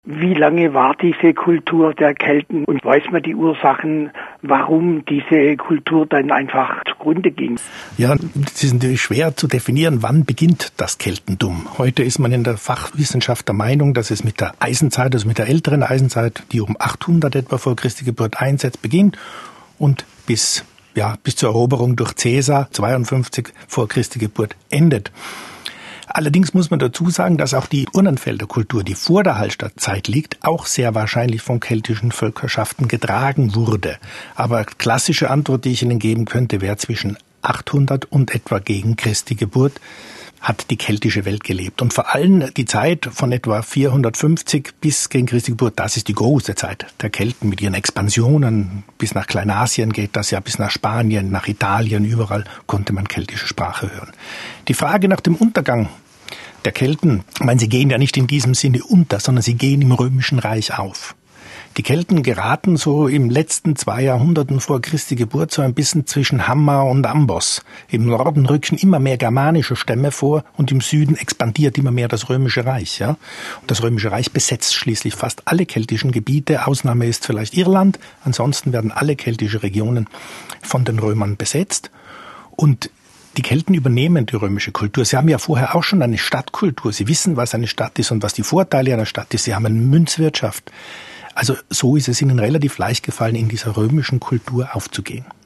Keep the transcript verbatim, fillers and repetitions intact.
Wie lange war diese Kultur der Kelten und weiß man die Ursachen, warum diese Kultur dann einfach zugrunde ging? Ja, es ist natürlich schwer zu definieren, wann beginnt das Keltentum. Heute ist man in der Fachwissenschaft der Meinung, dass es mit der Eisenzeit, also mit der älteren Eisenzeit, die um achthundert etwa vor Christi Geburt einsetzt, beginnt und bis, ja, bis zur Eroberung durch Caesar zweiundfünfzig vor Christi Geburt endet. Allerdings muss man dazu sagen, dass auch die Urnenfelder Kultur, die vor der Hallstattzeit liegt, auch sehr wahrscheinlich von keltischen Völkerschaften getragen wurde. Aber klassische Antwort, die ich Ihnen geben könnte, wäre zwischen achthundert und etwa gegen Christi Geburt hat die keltische Welt gelebt. Und vor allem die Zeit von etwa vierhundertfünfzig bis gegen Christi Geburt, das ist die große Zeit der Kelten mit ihren Expansionen. Bis nach Kleinasien geht das ja, bis nach Spanien, nach Italien, überall konnte man keltische Sprache hören. Die Frage nach dem Untergang der Kelten, ich meine, sie gehen ja nicht in diesem Sinne unter, sondern sie gehen im Römischen Reich auf. Die Kelten geraten so im letzten zwei Jahrhunderten vor Christi Geburt so ein bisschen zwischen Hammer und Amboss. Im Norden rücken immer mehr germanische Stämme vor und im Süden expandiert immer mehr das Römische Reich. Ja? Und das Römische Reich besetzt schließlich fast alle keltischen Gebiete. Ausnahme ist vielleicht Irland. Ansonsten werden alle keltische Regionen von den Römern besetzt. Und die Kelten übernehmen die römische Kultur. Sie haben ja vorher auch schon eine Stadtkultur. Sie wissen, was eine Stadt ist und was die Vorteile einer Stadt ist. Sie haben eine Münzwirtschaft. Also so ist es ihnen relativ leicht gefallen, in dieser römischen Kultur aufzugehen.